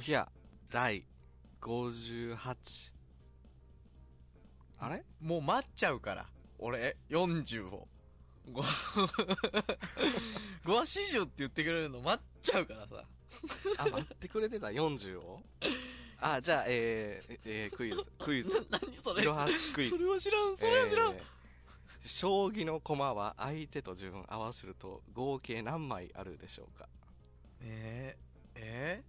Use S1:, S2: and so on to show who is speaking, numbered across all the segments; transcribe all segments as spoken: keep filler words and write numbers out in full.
S1: きや第ごじゅうはち。あれ
S2: もう待っちゃうから。俺、よんじゅうを。ご、ごはしじゅうって言ってくれるの待っちゃうからさ。
S1: あ、待ってくれてたよんじゅうをあ、じゃあ、えー、えー、クイズ、クイズ。
S2: な、何それ
S1: いろはクイズ。
S2: それは知らん、それは知らん。
S1: えー将棋の駒は相手と自分合わせると合計何枚あるでしょうか？
S2: えー、え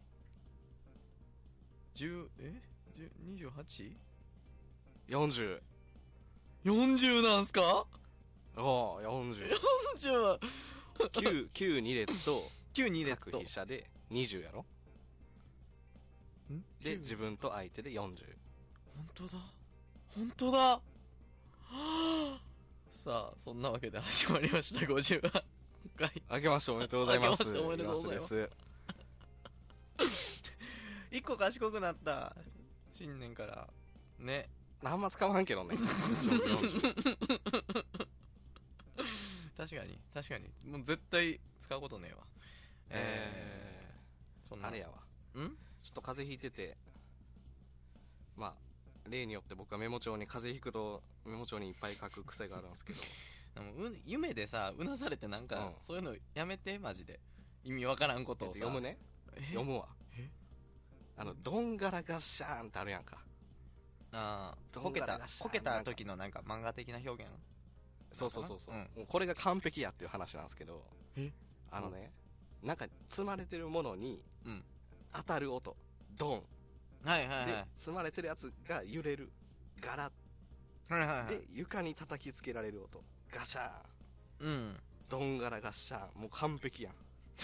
S2: ー、じゅう、えじゅう、にじゅうはち？
S1: よんじゅう。
S2: よんじゅう なんすか？
S1: おー、よんじゅう。
S2: よんじゅうは、
S1: きゅう、きゅうに列と、
S2: きゅうに列と。
S1: 各飛車でにじゅうやろ？
S2: ん
S1: で、自分と相手でよんじゅう。
S2: 本当だ。本当だ。はぁ。さあ、そんなわけで始まりました、ごじゅうはちかい。
S1: あけましておめでとうございます。
S2: あけましておめでとうございます
S1: 岩瀬です。
S2: 一個賢くなった。新年から。ね。
S1: あんま使わんけどね。
S2: 確かに、確かに。もう絶対使うことねえわ。
S1: えー、
S2: そんな。
S1: あれやわ。
S2: ん
S1: ちょっと風邪ひいてて、まあ、例によって僕はメモ帳に風邪ひくとメモ帳にいっぱい書く癖があるんですけど
S2: でもう夢でさ、うなされてなんか、
S1: うん
S2: そういうのやめて、マジで。意味わからんことをさ。
S1: 読むね。読むわ。あの、どんがらがっしゃーんってあるやんか。
S2: ああ、
S1: ど
S2: こけた
S1: んがらがっ、しゃー
S2: こけた時のなんか漫画的な表現。
S1: そうそうそうそう、
S2: うん
S1: もうこれが完璧やっていう話なんですけど、
S2: え
S1: あのね、なんか積まれてるものに
S2: うん。
S1: 当たる音、ドン。
S2: はいはいは
S1: で、積まれてるやつが揺れる。ガラ
S2: い。はいはいはい。
S1: で、床に叩きつけられる音。ガシャーン。
S2: うん。
S1: どんがらがっしゃーん。もう完璧やん。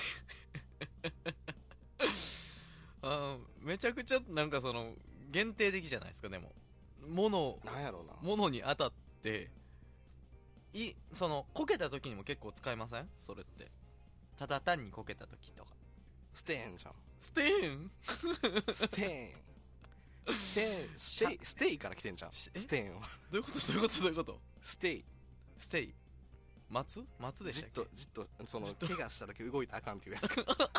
S2: あーめちゃくちゃなんかその限定的じゃないですか。でも物
S1: なんやろうな。
S2: 物に当たっていそのこけた時にも結構使いません？それってただ単にこけた時とか。
S1: ステーンじゃん。
S2: ステーン
S1: ステーン。ステーン、ステイ、ステイから来てんじゃん。
S2: し
S1: ステーンは。
S2: どういうことどういうことどういうこと？
S1: ステイ。
S2: ステイ待つ待つでしたっけ？
S1: じっと、じっと、その、
S2: じっと
S1: 怪我した時動いたらあかんっていうやつ。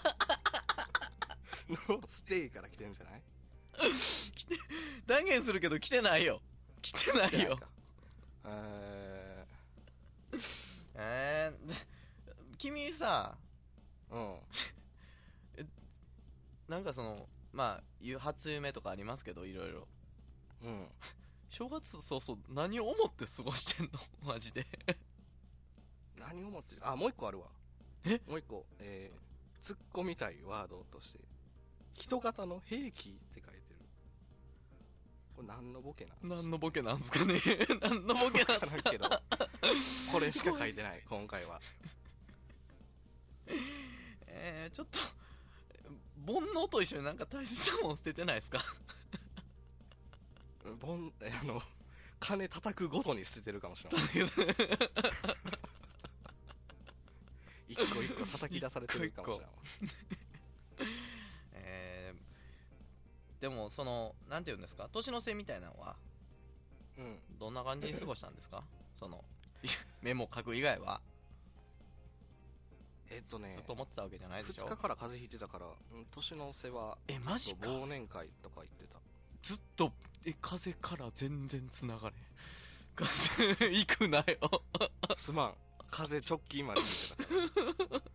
S1: のステイから来てんじゃない？
S2: 来て断言するけど来てないよ。来てないよ。
S1: え
S2: えー、君さ
S1: ー、うん。
S2: なんかそのまあゆ初夢とかありますけどいろいろ。
S1: うん。
S2: 正月そうそう何を思って過ごしてんのマジで。
S1: 何を思ってる？あ、もう一個あるわ。
S2: え
S1: もう一個、えー、突っ込みたいワードとして、人型の兵器って書いてる。これ何のボケなん？
S2: 何のボケなんすかね。何のボケなんすか。
S1: わからんけど、これしか書いてない、今回は。
S2: えー、ちょっと煩悩と一緒になんか大切なもん捨ててないですか？
S1: ボン、えあの、金叩くごとに捨ててるかもしれない。一個一個叩き出されてるかもしれない。
S2: えー、でもそのなんていうんですか、年の瀬みたいなのは
S1: うん。
S2: どんな感じに過ごしたんですか？そのメモ書く以外は
S1: えっとね、
S2: ずっと思ってたわけじゃないでしょ。
S1: ふつかから風邪ひいてたから、うん、年の瀬は、
S2: えマジか。
S1: 忘年会とか行ってた。
S2: ずっとえ風から全然つながれ。風行くなよ。
S1: すまん。風直近まで行ってたか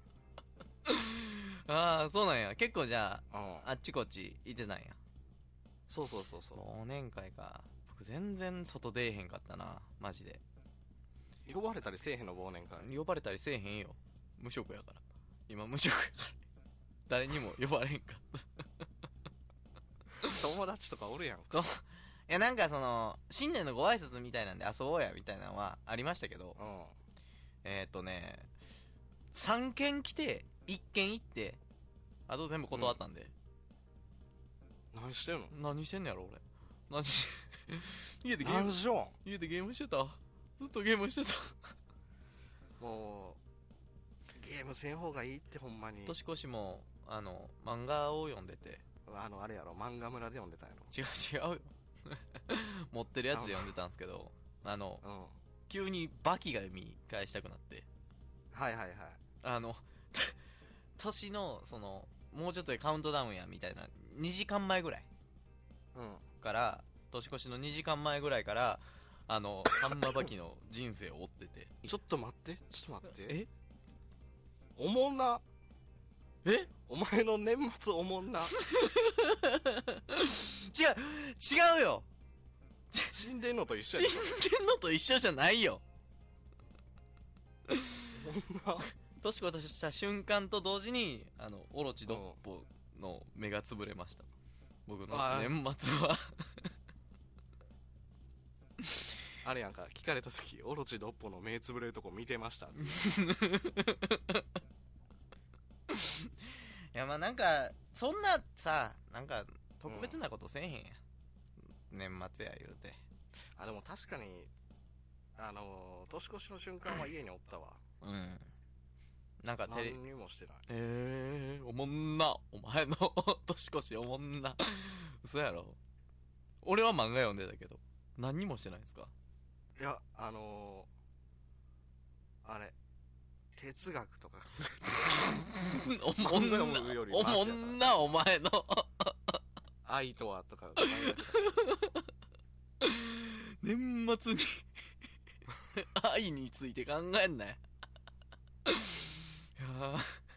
S2: ああそうなんや。結構じゃあ、
S1: ら。うん。
S2: あっちこっち行ってたんや。
S1: そうそうそうそう。
S2: 忘年会か。僕全然外出えへんかったなマジで。
S1: 呼ばれたりせえへんの忘年会。
S2: 呼ばれたりせえへんよ。無職やから今無職やから誰にも呼ばれへんかった
S1: 友達とかおるやん
S2: といやなんかその新年のご挨拶みたいなんで遊ぼうやみたいなのはありましたけど、
S1: うん。
S2: えーっとねさんけん来ていっけん行ってあと全部断ったんで、
S1: 何してんの？
S2: 何してんのやろ俺。何し家でゲーム
S1: 何しよ
S2: 家でゲームしてた。ずっとゲームしてた。
S1: ん。もう、ゲームせん方がいいってほんまに。
S2: 年越しもあの漫画を読んでて。
S1: あの、あれやろ、漫画村で読んでたやろ。
S2: 違う違うよ持ってるやつで読んでたんですけど、あの、
S1: うん。
S2: 急にバキが見返したくなって、
S1: はいはいはい。
S2: あの年のそのもうちょっとでカウントダウンやみたいなにじかんまえぐらい
S1: うん
S2: から年越しのにじかんまえぐらいからあの半馬ばきの人生を追ってて
S1: ちょっと待ってちょっと待って
S2: え
S1: おもんな
S2: え
S1: お前の年末おもんな
S2: 違う違うよ
S1: 死んでんのと一緒
S2: 死ん
S1: や
S2: でんのと一緒じゃないよ
S1: おもんな
S2: 年越した瞬間と同時にあのオロチドッポの目がつぶれました僕の年末は
S1: あれやんか聞かれた時オロチドッポの目つぶれるとこ見てましたって
S2: いやまあなんかそんなさなんか特別なことせえへんや、うん、年末や言うて
S1: あでも確かにあのー、年越しの瞬間は家におったわ
S2: うんなんかテレ
S1: 何にもしてない
S2: えー、おもんなお前の年越しおもんな嘘やろ俺は漫画読んでたけど何にもしてないんですか
S1: いやあのー、あれ哲学とか
S2: おもんなおもんなお前の
S1: 愛とはとか
S2: 年末に愛について考えんなよいや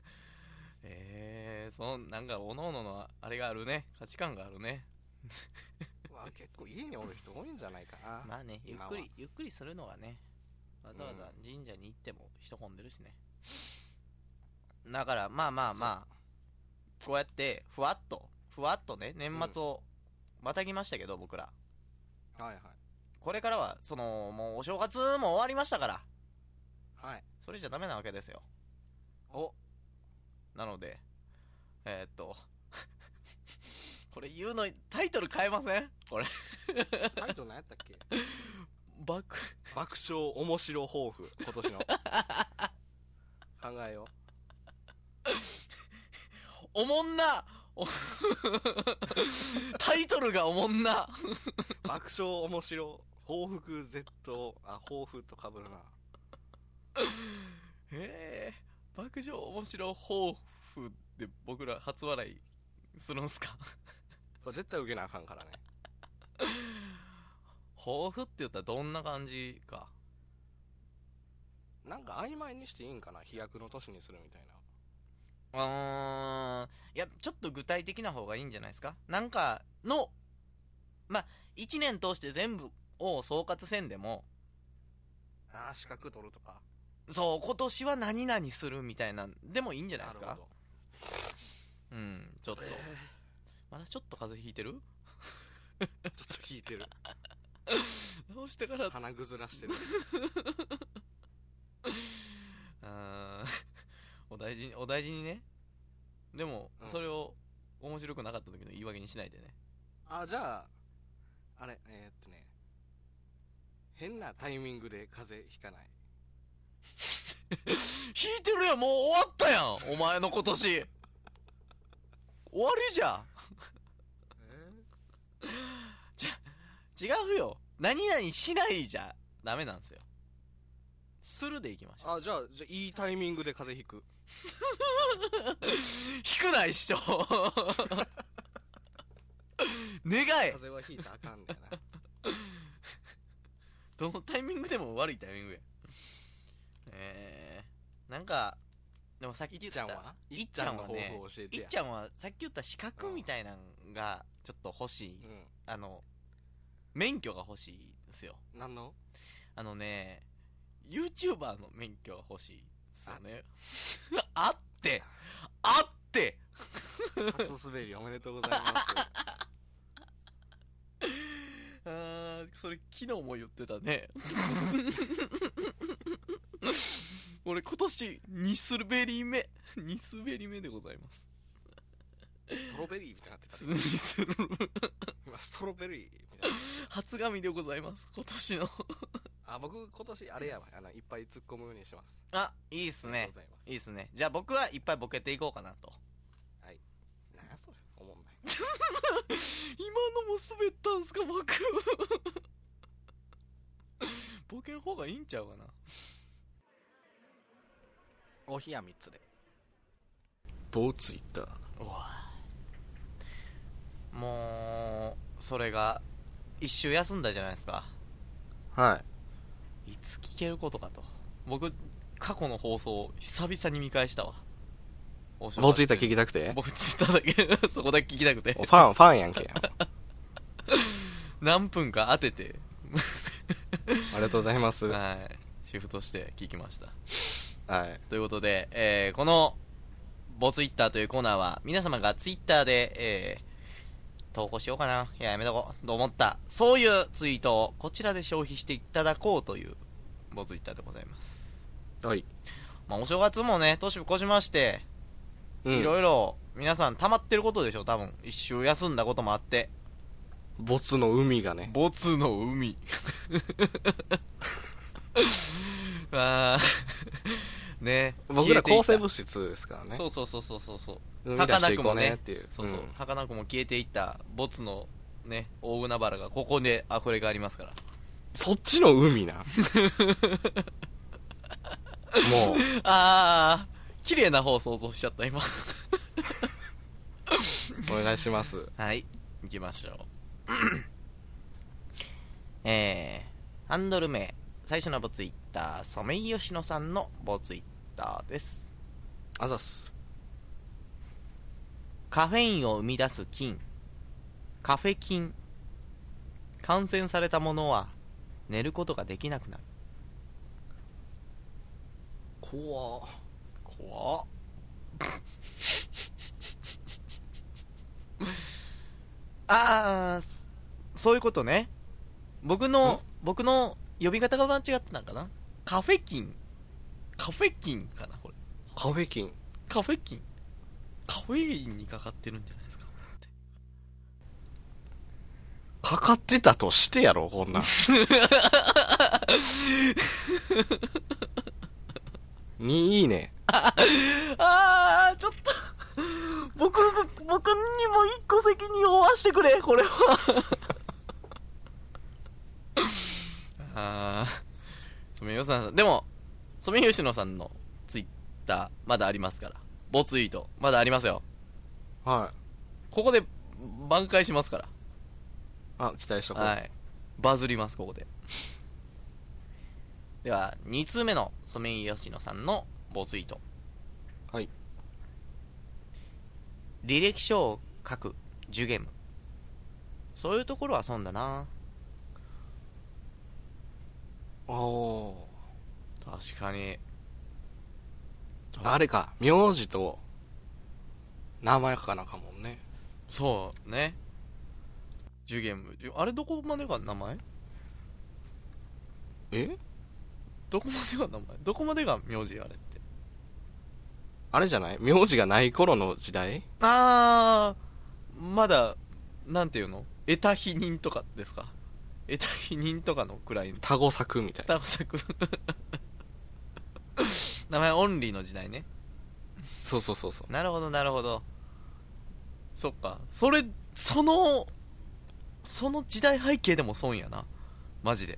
S2: えー、そんなんかおのおののあれがあるね価値観があるね
S1: まあ結構家におる人多いんじゃないかな
S2: まあねゆっくりゆっくりするのがねわざわざ神社に行っても人混んでるしね、うん、だからまあまあまあこうやってふわっとふわっとね年末をまたぎましたけど、うん、僕ら
S1: はいはい
S2: これからはそのもうお正月も終わりましたから
S1: はい
S2: それじゃダメなわけですよ
S1: お
S2: なのでえー、っとこれ言うのタイトル変えませんこれ
S1: タイトル何やったっけ
S2: 爆
S1: 爆笑面白抱負今年の考えよう
S2: おもんなタイトルがおもんな
S1: 爆笑面白報復 Z あ抱負とかぶるな
S2: へえ爆笑面白抱負で僕ら初笑いするんすか
S1: これ絶対受けなあかんからね
S2: 抱負って言ったらどんな感じか
S1: なんか曖昧にしていいんかな飛躍の年にするみたいな
S2: うーんいやちょっと具体的な方がいいんじゃないですかなんかのまあいちねん通して全部を総括せんでも
S1: ああ資格取るとか
S2: そう今年は何々するみたいなんでもいいんじゃないですか
S1: なるほ
S2: うんちょっと、
S1: え
S2: まだちょっと風邪ひいてる
S1: ー、ちょっと聞いてる
S2: 直してから
S1: 鼻ぐずらしてる
S2: あお大事にお大事にねでも、うん、それを面白くなかった時の言い訳にしないでね
S1: あじゃああれえー、っとね変なタイミングで風邪ひかない
S2: ひいてるやんもう終わったやんお前の今年終わりじゃえじゃ違うよ何々しないじゃダメなんですよするでいきましょう
S1: あじゃあじゃあいいタイミングで風邪ひく
S2: ひくないっしょ願え
S1: 風邪はひいたらあかんねやな
S2: どのタイミングでも悪いタイミングやえー、なんかでもさっき言った
S1: いっちゃんはい
S2: っちゃんはね
S1: 抱負を教えてや
S2: いっちゃんはさっき言った資格みたいなのがちょっと欲しい、うん、あの免許が欲しいんですよ
S1: 何の
S2: あのね YouTuber の免許が欲しいですよねあってあって
S1: 初滑りおめでとうございます
S2: あーそれ昨日も言ってたね俺今年に滑り目に滑り目でございます
S1: ストロベリーみたいになってた今ストロベリーみたいな
S2: 初髪でございます今年の
S1: あ僕今年あれやわあのいっぱい突っ込むようにします
S2: あいいっすねいいっすねじゃあ僕はいっぱいボケていこうかなと
S1: はいなんやそれおもんない
S2: 今のも滑ったんすか僕ボケん方がいいんちゃうかな
S1: お冷やみっつでボツイッター。
S2: うわもうそれが一周休んだじゃないですか。
S1: はい
S2: いつ聞けることかと。僕過去の放送久々に見返したわ。
S1: ボツイッター聞きたくて、
S2: ボツイッターだけそこだけ聞きたくて
S1: ファンファンやんけ
S2: 何分か当てて
S1: ありがとうございます。
S2: はい、シフトして聞きました。
S1: はい。
S2: ということで、えーこのボツイッターというコーナーは皆様がツイッターで、えー投稿しようかな、いややめとこうと思ったそういうツイートをこちらで消費していただこうというボツイッターでございます。
S1: はい。
S2: まあお正月もね年越しまして、
S1: うん、
S2: いろいろ皆さん溜まってることでしょ多分。一周休んだこともあって、
S1: ボツの海がね。
S2: ボツの海あーね、
S1: 僕ら抗生物質ですからね。
S2: そうそうそうそうそうそう
S1: 海出していこうねっていう。
S2: そうそう、
S1: うん、
S2: 儚くも消えていったボツのね大海原がここで溢れ返りますから。
S1: そっちの海なもう
S2: あー綺麗な方想像しちゃった今
S1: お願いします。
S2: はい行きましょうえー、ハンドル名最初のボツイッターソメイヨシノさんのボツイッターです。
S1: あざっす。
S2: カフェインを生み出す菌カフェ菌、感染されたものは寝ることができなくなる。
S1: 怖っ
S2: 怖っああそういうことね。僕の僕の呼び方が間違ってたんかな。カフェ菌カフェ菌かなこれ。
S1: カフェ菌
S2: カフェ菌カフェインにかかってるんじゃないですか。
S1: かかってたとしてやろこんなんにいいね。
S2: ああちょっと僕僕にも一個責任を負わしてくれこれはああソメイヨシノさんでもソメイヨシノさんのツイッターまだありますから。ボツイートまだありますよ。
S1: はい
S2: ここで挽回しますから。
S1: あ期待しとこう。
S2: はいバズりますここでではに通目のソメイヨシノさんのボツイート。
S1: はい
S2: 履歴書を書くジュゲム。そういうところは損だな。
S1: あー
S2: 確かに
S1: あれか名字と名前書かなあかんもんね。
S2: そうねジュゲムジュあれどこまでが名前
S1: え
S2: どこまでが名前どこまでが名字あれって
S1: あれじゃない名字がない頃の時代。
S2: あーまだなんていうの得た否認とかですか。得た否認とかのくらいの
S1: タゴ作みたいな。
S2: タゴ作名前オンリーの時代ね。
S1: そうそうそうそう。
S2: なるほどなるほど。そっかそれそのその時代背景でも損やなマジで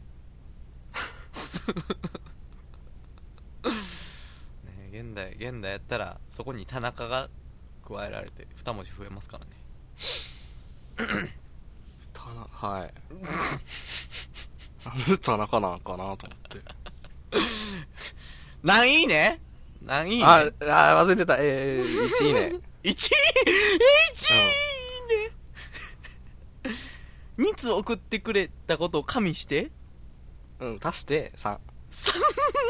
S2: ねえ現代現代やったらそこに田中が加えられてに文字増えますからね
S1: たなはいなんで田中なんかなと思って
S2: 何いいね何いいね
S1: ああ忘れてた。えー、いちいいね
S2: いちいいちいいねに通送ってくれたことを加味して
S1: うん足してさん。
S2: さん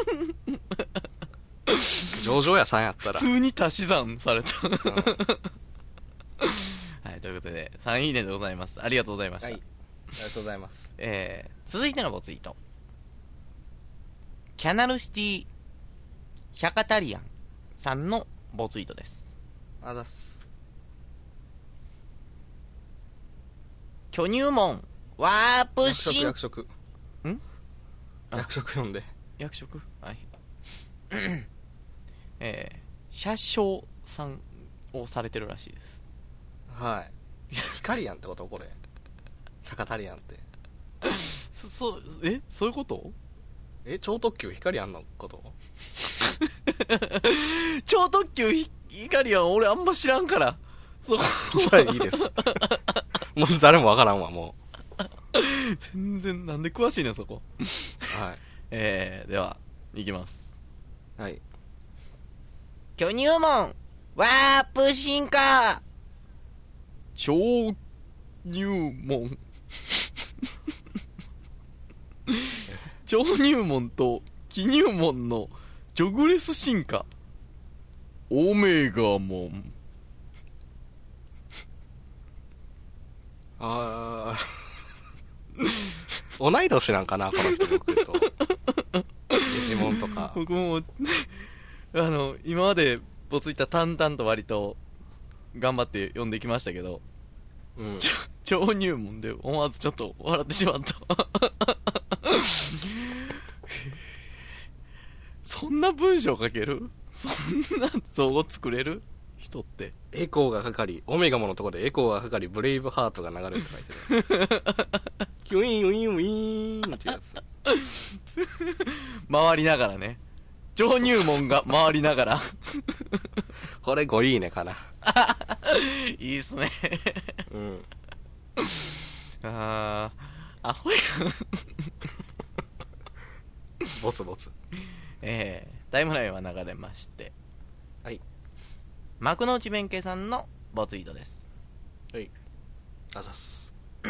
S1: 上々やさんやったら
S2: 普通に足し算された、
S1: うん、
S2: はいということでさんいいねでございます。ありがとうございました、
S1: はい、ありがとうございます。
S2: えー、続いてのボツイートキャナルシティヒャカタリアンさんのボツイートです。
S1: あざっす。
S2: 巨乳門ワープシン
S1: 役職役職
S2: ん
S1: 役職読んで
S2: 役職はいえー、車掌さんをされてるらしいです。
S1: はいヒカリアンってことこれヒャカタリアンって
S2: そそえそういうこと
S1: え超特急ヒカリアンのこと
S2: 超特急ヒイガリアン俺あんま知らんから、そこ
S1: じゃあいいですもう誰もわからんわも
S2: 全然なんで詳しいのそこ
S1: うはい
S2: えー、ではいきます。
S1: はい
S2: 巨乳門ワープ進化超入門超入門と気入門のジョグレス進化オメガ門。
S1: あー同い年なんかなこの人僕とデジモンとか。
S2: 僕もあの今までボツイッター淡々と割と頑張って読んできましたけど、
S1: うん、
S2: 超入門で思わずちょっと笑ってしまったそんな文章書ける、そんな造語作れる人って。
S1: エコーがかかりオメガモのところでエコーがかかりブレイブハートが流れるって書いてるキュインウィンウィーンってやつ
S2: 回りながらね、超入門が回りながら
S1: これごいいねかない
S2: いっすね
S1: うん
S2: あーアホや
S1: ボツボツ。
S2: えー、タイムラインは流れまして、
S1: はい
S2: 幕の内弁慶さんのボツイートです。
S1: はいあざっす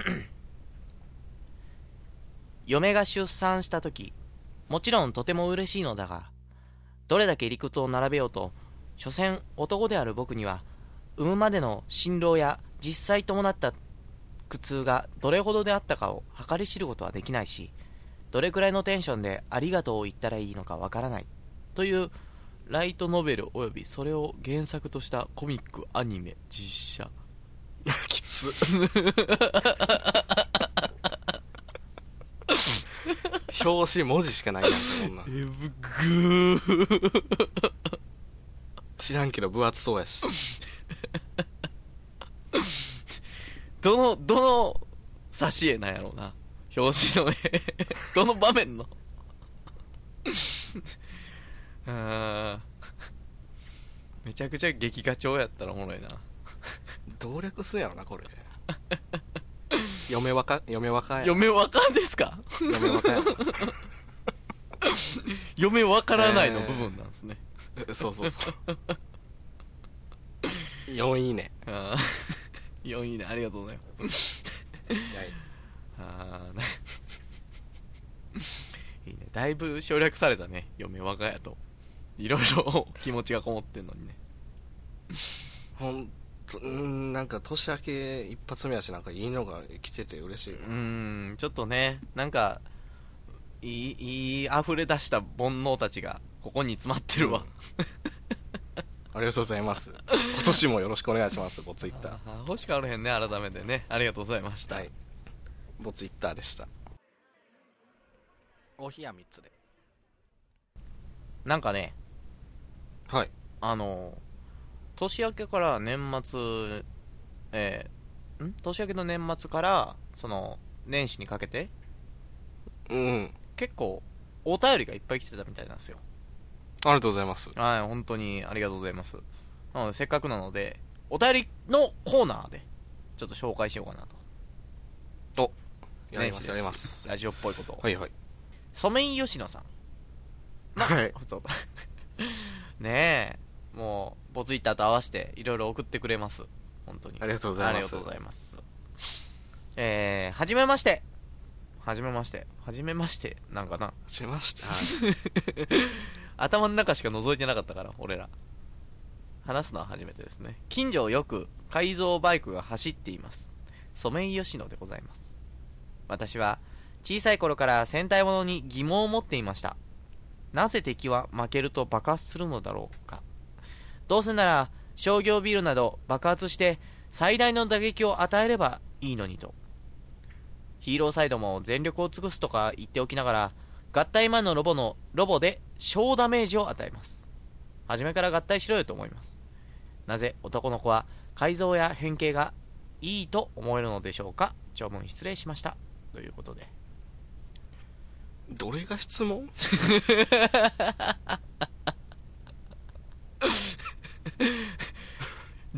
S2: 嫁が出産した時、もちろんとても嬉しいのだが、どれだけ理屈を並べようと所詮男である僕には産むまでの辛労や実際伴った苦痛がどれほどであったかを計り知ることはできないし、どれくらいのテンションでありがとうを言ったらいいのかわからないというライトノベルおよびそれを原作としたコミック、アニメ、実写
S1: きつ表紙文字しかないやんそんな
S2: えぶぐー
S1: 知らんけど分厚そうやし
S2: どのどの挿絵なんやろうな表紙の絵どの場面のあめちゃくちゃ劇画調やったらおもろいな。
S1: どう略すんやろなこれ嫁若嫁若や
S2: 嫁若ですか
S1: 嫁若や
S2: 嫁わからないの部分なんですね、
S1: えー、そうそうそうよんいいね
S2: あよんいいねありがとうございますあいいね、だいぶ省略されたね嫁若やと。いろいろ気持ちがこもってんのにね
S1: ほんとんなんか年明け一発目やしなんかいいのが来てて嬉しい。
S2: うーんちょっとねなんかいいいい溢れ出した煩悩たちがここに詰まってるわ、
S1: うん、ありがとうございます今年もよろしくお願いしますボツイッター。
S2: 欲しかあらへんね改めてねありがとうございました、はい、
S1: ボツイッターでした。お冷やみっつで
S2: なんかね
S1: はい
S2: あの年明けから年末えー、ん年明けの年末からその年始にかけて
S1: うん
S2: 結構お便りがいっぱい来てたみたいなんですよ。
S1: ありがとうございます。
S2: はい本当にありがとうございます。なのでせっかくなのでお便りのコーナーでちょっと紹介しようかなと。
S1: おやりますやります。
S2: ラジオっぽいことを。
S1: はいはい。
S2: ソメイヨシノさん
S1: はい
S2: そうだねえもうボツイッターと合わせていろいろ送ってくれます本当に
S1: ありがとうございます。
S2: ありがとうございます。えー、はじめましてはじめましてはじめましてなんかな
S1: しました
S2: 頭の中しか覗いてなかったから俺ら話すのは初めてですね。近所をよく改造バイクが走っていますソメイヨシノでございます。私は小さい頃から戦隊ものに疑問を持っていました。なぜ敵は負けると爆発するのだろうか。どうせなら商業ビルなど爆発して最大の打撃を与えればいいのにと。ヒーローサイドも全力を尽くすとか言っておきながら合体前のロボのロボで小ダメージを与えます。初めから合体しろよと思います。なぜ男の子は改造や変形がいいと思えるのでしょうか。長文失礼しましたということで。
S1: どれが質問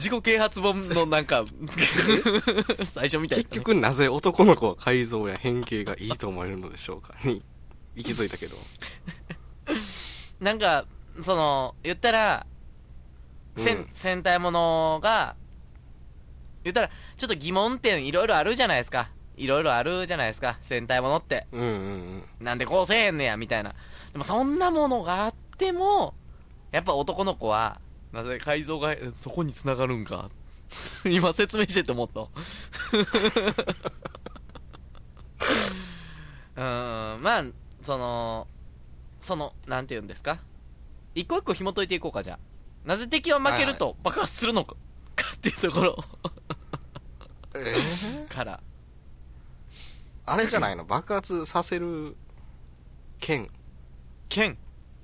S2: 自己啓発本のなんか最初みたいな、ね、
S1: 結局なぜ男の子は改造や変形がいいと思えるのでしょうかに行き着いたけど
S2: なんかその言ったら、うん、戦隊ものが言ったらちょっと疑問点いろいろあるじゃないですか。いろいろあるじゃないですか、戦隊ものって、
S1: うんうんうん、
S2: なんでこうせえへんねやみたいな。でもそんなものがあってもやっぱ男の子はなぜ改造がそこに繋がるんか今説明してて思ったうーん、まあそのそのなんて言うんですか、一個一個紐解いていこうか。じゃあなぜ敵は負けると爆発するのか、はいはい、っていうところ
S1: えー、
S2: から
S1: あれじゃないの、爆発させる剣
S2: 剣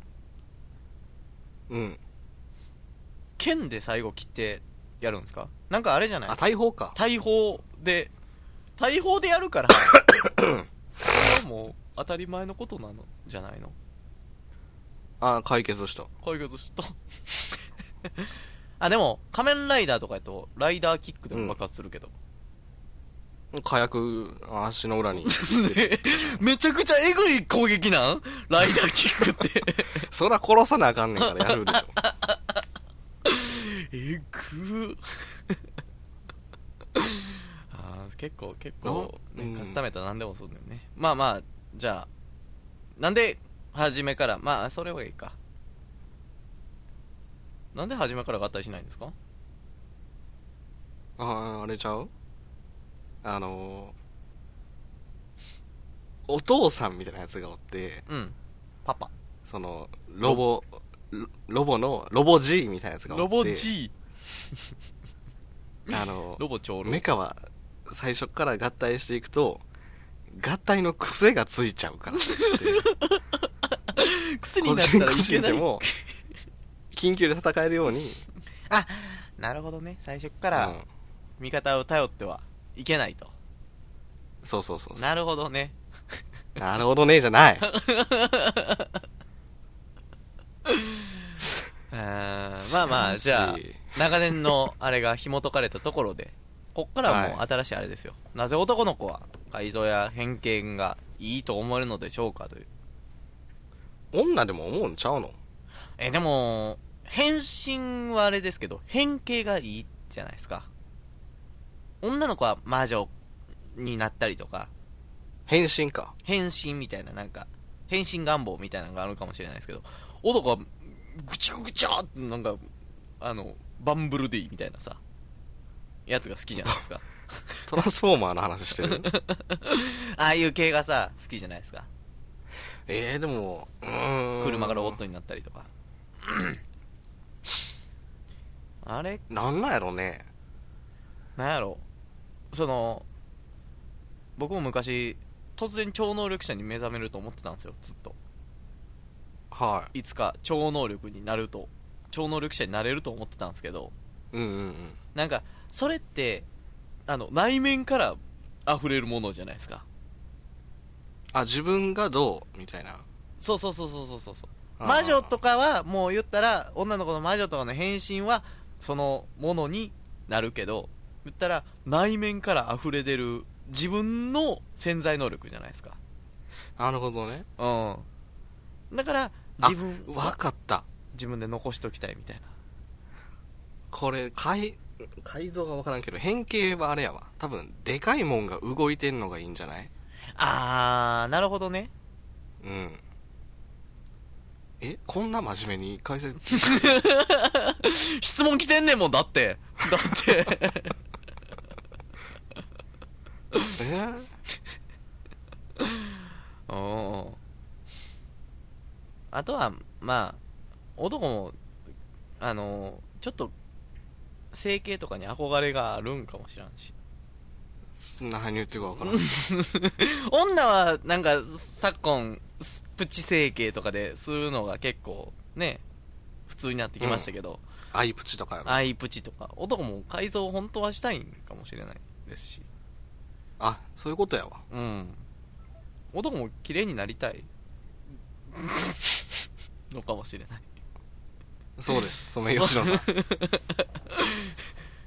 S1: うん
S2: 剣で最後切ってやるんですか。なんかあれじゃない、
S1: あ、大砲か、
S2: 大砲で大砲でやるからそれはもう当たり前のことなのじゃないの。
S1: あ、解決した
S2: 解決したあ、でも仮面ライダーとかやとライダーキックでも爆発するけど、
S1: うん、火薬足の裏に
S2: めちゃくちゃエグい攻撃なんライダーキックって
S1: そら殺さなあかんねんからやるでしょ
S2: えぐあー結構結構、ね、うん、カスタメーター何でもそうだよね。まあまあじゃあなんで初めから、まあそれはいいか。なんで初めから合体しないんですか。
S1: ああ、あれちゃう、あのー、お父さんみたいなやつがおって、
S2: うん、パパ、
S1: そのロボロボのロボ G みたいなやつがおって、
S2: ロボ G
S1: あの
S2: ロボ長老
S1: メカは最初から合体していくと合体の癖がついちゃうからって
S2: 癖になったらいけない、個人個人でも
S1: 緊急で戦えるように
S2: あ、なるほどね、最初から味方を頼ってはいけないと、
S1: うん、そうそうそうそう、
S2: なるほどね
S1: なるほどねじゃない
S2: あまあまあじゃあ長年のあれが紐解かれたところでこっからはもう新しいあれですよ、はい、なぜ男の子は改造や偏見がいいと思えるのでしょうかという。
S1: 女でも思うんちゃうの。
S2: えでも変身はあれですけど変形がいいじゃないですか。女の子は魔女になったりとか
S1: 変身か
S2: 変身みたいな、なんか変身願望みたいなのがあるかもしれないですけど、男はぐちゃぐちゃってなんかあのバンブルディみたいなさやつが好きじゃないですか
S1: トランスフォーマーの話してる
S2: ああいう系がさ好きじゃないですか。
S1: えーでもうーん
S2: 車がロボットになったりとかあれ
S1: なんなんやろね。
S2: なんやろ、その僕も昔突然超能力者に目覚めると思ってたんですよ、ずっと。
S1: はい。
S2: いつか超能力になると超能力者になれると思ってたんですけど、
S1: うんうんうん、
S2: なんかそれってあの内面から溢れるものじゃないですか。
S1: あ、自分がどうみたいな。
S2: そうそうそうそうそうそうそう。魔女とかはもう言ったら女の子の魔女とかの変身はそのものになるけど、言ったら内面から溢れ出る自分の潜在能力じゃないですか。
S1: なるほどね。
S2: うん。だから自分
S1: わかった
S2: 自分で残しときたいみたいな。
S1: これ改改造がわからんけど変形はあれやわ、多分でかいもんが動いてんのがいいんじゃない。
S2: あーなるほどね。
S1: うん。え、こんな真面目に解説
S2: 質問来てんねんもんだってだって
S1: え
S2: おお。あとはまあ男もあのちょっと整形とかに憧れがあるんかもしらんし。
S1: そんな何言ってるか分からん
S2: 女はなんか昨今プチ整形とかでするのが結構ね普通になってきましたけど、
S1: うん、アイプチとかやろ。
S2: アイプチとか男も改造本当はしたいんかもしれないですし。
S1: あ、そういうことやわ。
S2: うん。男も綺麗になりたいのかもしれない。
S1: そうです、ソメイヨシノさん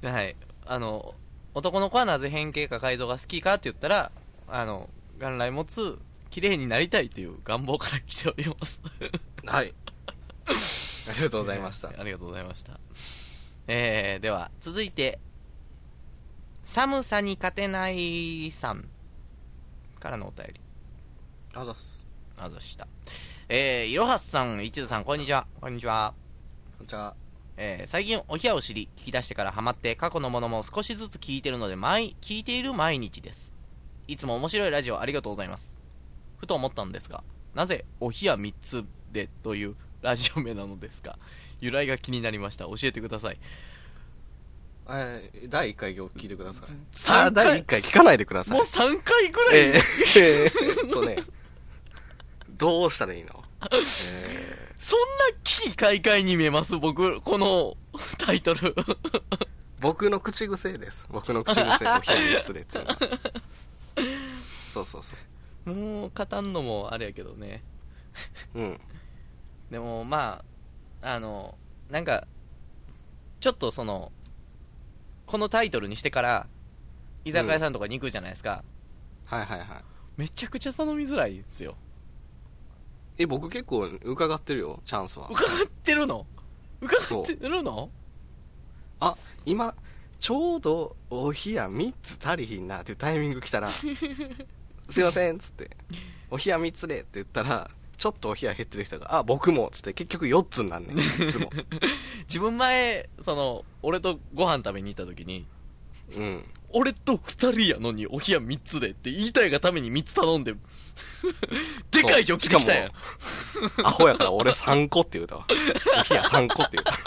S2: はいあの男の子はなぜ変形か改造が好きかって言ったらあの元来持つ綺麗になりたいという願望から来ております
S1: はいありがとうございました
S2: ありがとうございました。えー、では続いて寒さに勝てないさんからのお便り
S1: あざっす
S2: あざした。えー、いろはさん、一途さん、こんにちは。こんにちは。
S1: こんにちは。
S2: えー、最近お冷やを知り聞き出してからハマって過去のものも少しずつ聞いてるので毎聞いている毎日です。いつも面白いラジオありがとうございます。ふと思ったんですが、なぜお冷やみっつでというラジオ名なのですか。由来が気になりました。教えてください。
S1: えー、だいいっかい聞いてください。
S2: さんかい
S1: だいいっかい聞かないでください。
S2: もうさんかいぐらい、
S1: えー、えー、っとねどうしたらいいの、えー、
S2: そんな危機快快に見えます僕このタイトル
S1: 僕の口癖です。僕の口癖お冷やみっつでっていうのはそうそうそう、
S2: もう語んのもあれやけどね
S1: うん
S2: でもまああのなんかちょっとそのこのタイトルにしてから居酒屋さんとかに行くじゃないですか、
S1: うん、はいはいはい。
S2: めちゃくちゃ頼みづらいですよ。
S1: え僕結構伺ってるよチャンスは。
S2: 伺ってるの伺ってるの
S1: あ今ちょうどお冷やみっつ足りひんなっていうタイミング来たらすいませんっつってお冷やみっつでって言ったらちょっとお冷や減ってる人があ僕もっつって結局よっつになんねんいつも
S2: 自分前その俺とご飯食べに行った時に
S1: うん
S2: 俺とふたりやのにお冷やみっつでって言いたいがためにみっつ頼んででかいジョッキできたやん。
S1: アホやから俺さんこって言うたわお冷やさんこって言うた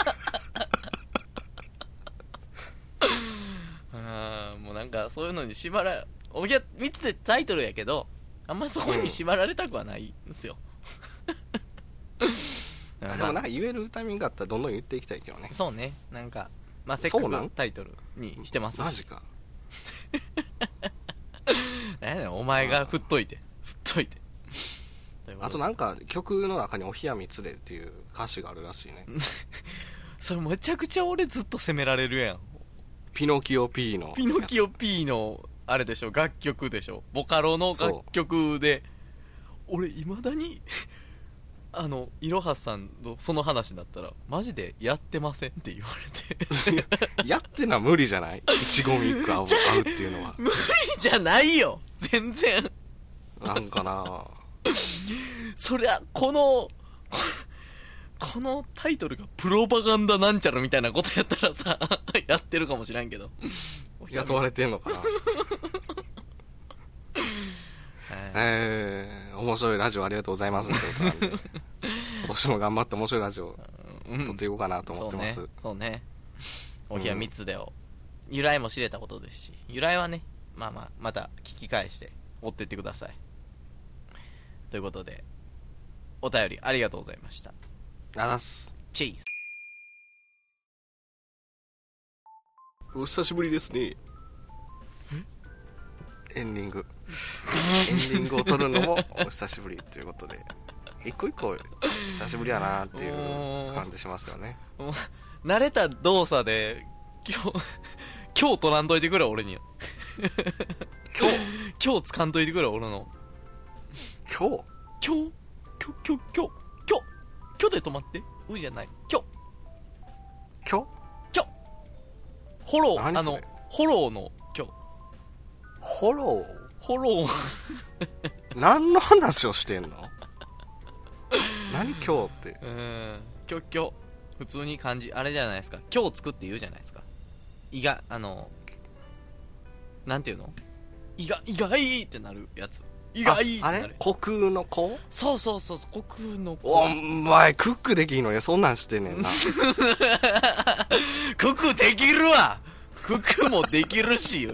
S2: あーもうなんかそういうのに縛らお冷やみっつでタイトルやけどあんまりそこに縛られたくはないんですよ、
S1: うん、でもなんか言えるタイミングがあったらどんどん言っていきたいけどね。
S2: そうねなんかまあせっかくタイトルにしてますし
S1: マジか
S2: 何やねんお前が振っといて振っといて
S1: あとなんか曲の中にお冷やみつでっていう歌詞があるらしいね
S2: それめちゃくちゃ俺ずっと責められるやん。
S1: ピノキオ P の
S2: ピノキオ P のあれでしょ楽曲でしょボカロの楽曲で俺いまだにあのいろはさんのその話になったらマジでやってませんって言われて
S1: やってのは無理じゃない。いちごミック合う合うっていうのは
S2: 無理じゃないよ全然
S1: なんかな
S2: そりゃこのこのタイトルがプロパガンダなんちゃらみたいなことやったらさやってるかもしらんけど
S1: 雇われてんのかなえー、面白いラジオありがとうございますってことなんで今年も頑張って面白いラジオ撮っていこうかなと思ってます、
S2: うん、そうねそうねお冷やみっつでを、うん、由来も知れたことですし由来はねまあまあまた聞き返して追っていってくださいということでお便りありがとうございました。
S1: あざす
S2: チーズ
S1: お久しぶりですね。エンディングエンディングを撮るのもお久しぶりということで一個一個久しぶりやなっていう感じしますよね。
S2: 慣れた動作で今日今日撮らんといてくれ俺に今日今日掴んといてくれ俺の
S1: 今日
S2: 今日今日今日今日今日今日で止まってうじゃない今日
S1: 今日
S2: 今日フォローあのフォローの今日
S1: フォロー
S2: フォロー
S1: 何の話をしてんの何今日って
S2: うん今日今日普通に漢字あれじゃないですか今日つくって言うじゃないですか意外あのなんていうの意外意外ってなるやつ意外ってなる
S1: あ, あれ虚空の子
S2: そうそうそう虚空の子
S1: お前クックできんのやそんなんしてんねんな
S2: クックできるわクックもできるし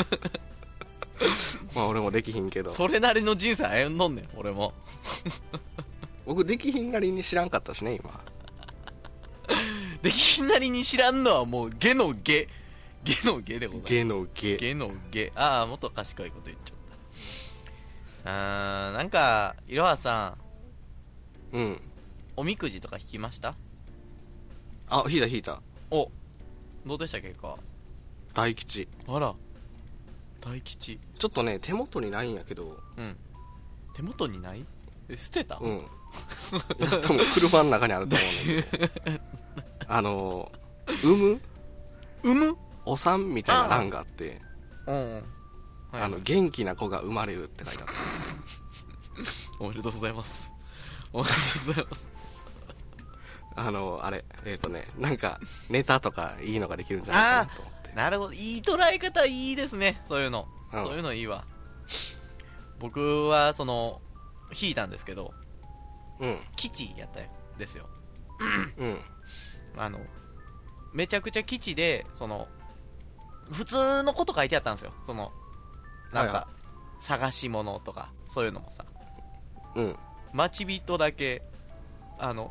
S1: まあ俺もできひんけど
S2: それなりの人生歩んどんねん俺も
S1: 僕できひんなりに知らんかったしね今
S2: できひんなりに知らんのはもうゲのゲゲのゲでございます
S1: ゲのゲ
S2: ゲのゲああもっと賢いこと言っちゃったあーなんかいろはさ
S1: んうん
S2: おみくじとか引きました？
S1: あ引いた引いた
S2: おどうでした結果？
S1: 大吉。
S2: あら大吉。
S1: ちょっとね手元にないんやけど。
S2: うん。手元にない？え捨てた？
S1: うん。いや多分車の中にあると思うんだけどあの産む
S2: 産む
S1: お産みたいな欄があって、
S2: うんうん、はい、
S1: あの元気な子が生まれるって書いてあった。
S2: おめでとうございます。おめでとうございます。
S1: あのあれえっ、ー、とねなんかネタとかいいのができるんじゃないかなと思って。
S2: なるほど、いい捉え方いいですね。そういうの、うん、そういうのいいわ。僕はその引いたんですけど、うん、基地やったよですよ。うん。あのめちゃくちゃ基地でその普通のこと書いてあったんですよ。そのなんか、はいはい、探し物とかそういうのもさ、うん、待ち人だけあの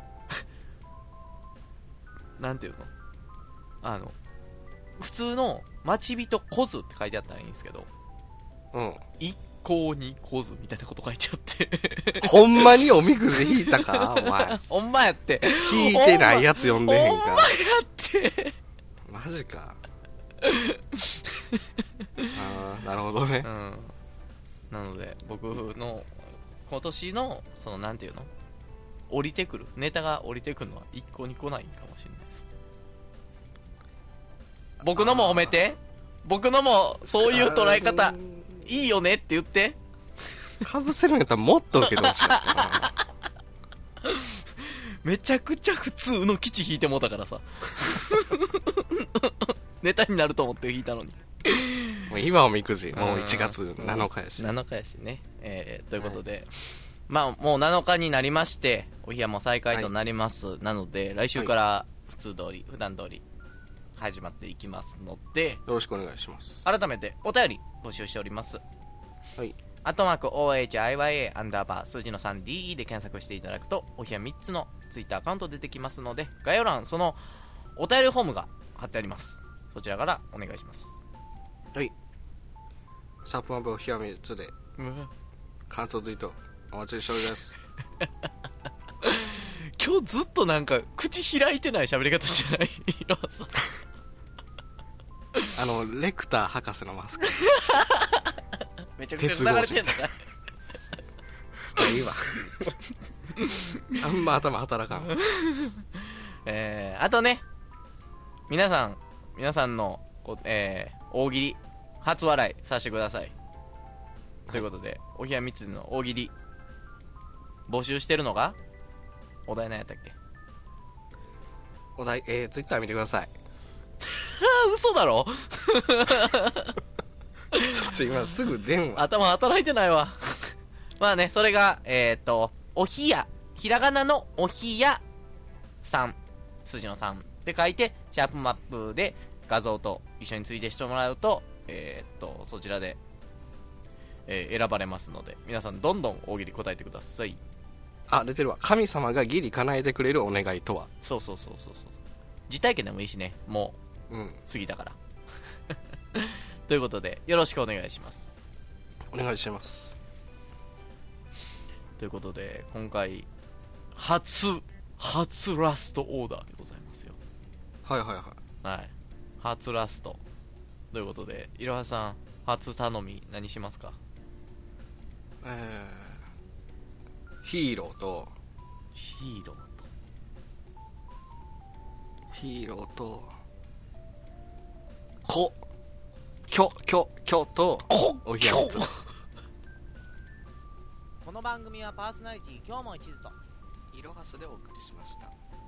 S2: なんていうの、あの普通の待ち人こずって書いてあったらいいんですけど、うん、一向にこずみたいなこと書いてあって
S1: ほんまにおみくじ引いたかお前。
S2: ほんまやって。
S1: 引いてないやつ読んでへんか。
S2: ほんまやって
S1: マジか。ああなるほどね、うん、
S2: なので僕の今年のそのなんていうの、降りてくるネタが降りてくるのは一向に来ないかもしれないです。僕のも褒めて、僕のもそういう捉え方いいよねって言って。
S1: かぶせるんやったらもっと受けてほしかったな。
S2: めちゃくちゃ普通の基地引いてもうたからさネタになると思って引いたのに
S1: もう今おみくじもういちがつなのかやし、
S2: なのかやしね、えー、ということで、はい、まあもうなのかになりましてお部屋も再開となります、はい、なので来週から普通通り、はい、普段通り始まっていきますのでよ
S1: ろしくお願いします。
S2: 改めてお便り募集しております。
S1: はい、
S2: アットマーク オーエイチアイワイエー アンダーバー数字の スリーディーイー で検索していただくとお部屋みっつのツイッターアカウント出てきますので、概要欄そのお便りフォームが貼ってあります。そちらからお願いします。
S1: はい、シャープマンブお部屋みっつで感想ツイートお待ちしております
S2: 今日ずっとなんか口開いてない喋り方してない岩さん
S1: あのレクター博士のマスク
S2: めちゃくちゃ流れてんのかい
S1: いいわあんま頭働かん
S2: えー、あとね皆さん皆さんの、えー、大喜利初笑いさせてください、はい、ということでお部屋みっつの大喜利募集してるのがお題何やったっけ。
S1: お題えー、ツイッター見てください
S2: 嘘だろ
S1: ちょっと今すぐ電話
S2: 頭働いてないわまあねそれがえっ、ー、とおひやひらがなのおひやさん数字のさんで書いてシャープマップで画像と一緒に追加してもらうとえっ、ー、とそちらで、えー、選ばれますので皆さんどんどん大喜利答えてください。
S1: あ出てるわ。神様がギリ叶えてくれるお願いとは。
S2: そうそうそうそうそう、実体験でもいいしね、もう、うん、過ぎたからということでよろしくお願いします。
S1: お願いします。
S2: ということで今回初初ラストオーダーでございますよ。
S1: はいはいはい
S2: はい、初ラストということでいろはさん初頼み何しますか。
S1: えー、ヒーローと
S2: ヒーローと
S1: ヒーローとこきょきょきょとおひやみつ。
S2: この番組はパーソナリティ今日も一途と
S1: いろはすでお送りしました。